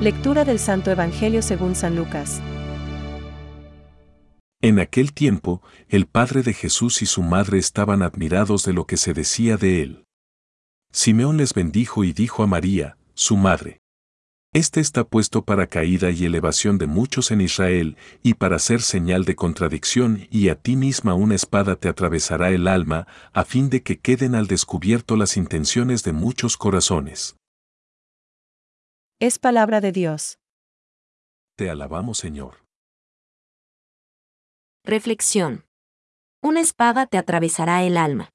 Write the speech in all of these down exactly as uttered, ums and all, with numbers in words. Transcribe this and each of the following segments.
Lectura del Santo Evangelio según San Lucas. En aquel tiempo, el padre de Jesús y su madre estaban admirados de lo que se decía de él. Simeón les bendijo y dijo a María, su madre: Este está puesto para caída y elevación de muchos en Israel, y para ser señal de contradicción, y a ti misma una espada te atravesará el alma, a fin de que queden al descubierto las intenciones de muchos corazones. Es palabra de Dios. Te alabamos, Señor. Reflexión. Una espada te atravesará el alma.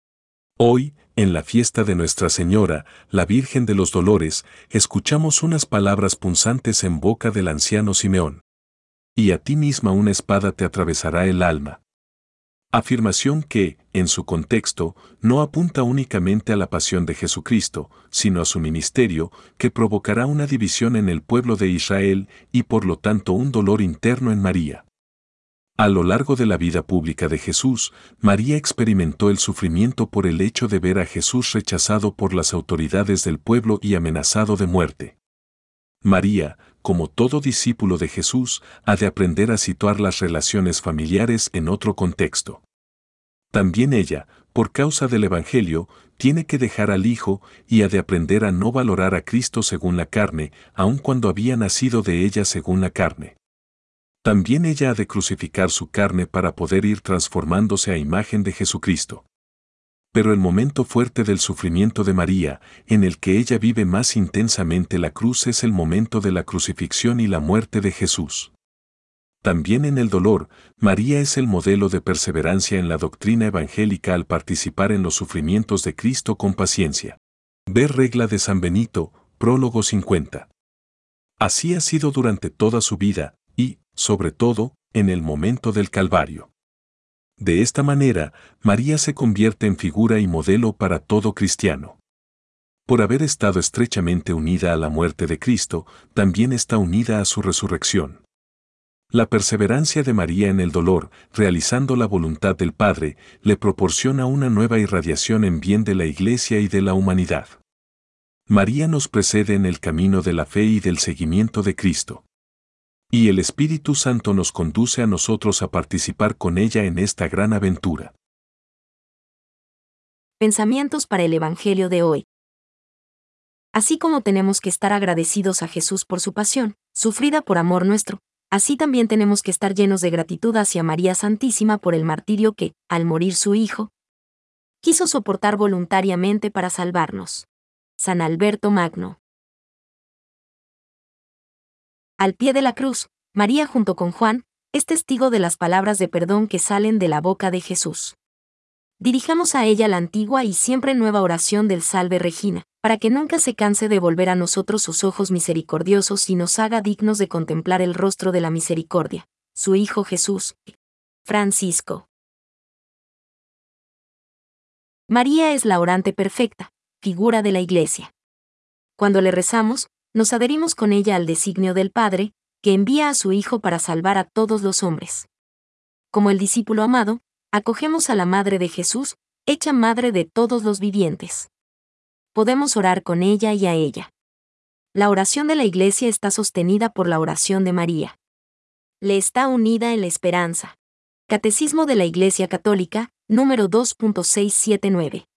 Hoy, en la fiesta de Nuestra Señora, la Virgen de los Dolores, escuchamos unas palabras punzantes en boca del anciano Simeón. Y a ti misma una espada te atravesará el alma. Afirmación que, en su contexto, no apunta únicamente a la pasión de Jesucristo, sino a su ministerio, que provocará una división en el pueblo de Israel y por lo tanto un dolor interno en María. A lo largo de la vida pública de Jesús, María experimentó el sufrimiento por el hecho de ver a Jesús rechazado por las autoridades del pueblo y amenazado de muerte. María, como todo discípulo de Jesús, ha de aprender a situar las relaciones familiares en otro contexto. También ella, por causa del Evangelio, tiene que dejar al Hijo y ha de aprender a no valorar a Cristo según la carne, aun cuando había nacido de ella según la carne. También ella ha de crucificar su carne para poder ir transformándose a imagen de Jesucristo. Pero el momento fuerte del sufrimiento de María, en el que ella vive más intensamente la cruz, es el momento de la crucifixión y la muerte de Jesús. También en el dolor, María es el modelo de perseverancia en la doctrina evangélica al participar en los sufrimientos de Cristo con paciencia. Ver regla de San Benito, prólogo cincuenta. Así ha sido durante toda su vida, y, sobre todo, en el momento del Calvario. De esta manera, María se convierte en figura y modelo para todo cristiano. Por haber estado estrechamente unida a la muerte de Cristo, también está unida a su resurrección. La perseverancia de María en el dolor, realizando la voluntad del Padre, le proporciona una nueva irradiación en bien de la Iglesia y de la humanidad. María nos precede en el camino de la fe y del seguimiento de Cristo. Y el Espíritu Santo nos conduce a nosotros a participar con ella en esta gran aventura. Pensamientos para el Evangelio de hoy. Así como tenemos que estar agradecidos a Jesús por su pasión, sufrida por amor nuestro, así también tenemos que estar llenos de gratitud hacia María Santísima por el martirio que, al morir su Hijo, quiso soportar voluntariamente para salvarnos. San Alberto Magno. Al pie de la cruz, María junto con Juan, es testigo de las palabras de perdón que salen de la boca de Jesús. Dirijamos a ella la antigua y siempre nueva oración del Salve Regina, para que nunca se canse de volver a nosotros sus ojos misericordiosos y nos haga dignos de contemplar el rostro de la misericordia, su Hijo Jesús. Francisco. María es la orante perfecta, figura de la Iglesia. Cuando le rezamos, nos adherimos con ella al designio del Padre, que envía a su Hijo para salvar a todos los hombres. Como el discípulo amado, acogemos a la Madre de Jesús, hecha Madre de todos los vivientes. Podemos orar con ella y a ella. La oración de la Iglesia está sostenida por la oración de María. Le está unida en la esperanza. Catecismo de la Iglesia Católica, número dos punto seiscientos setenta y nueve.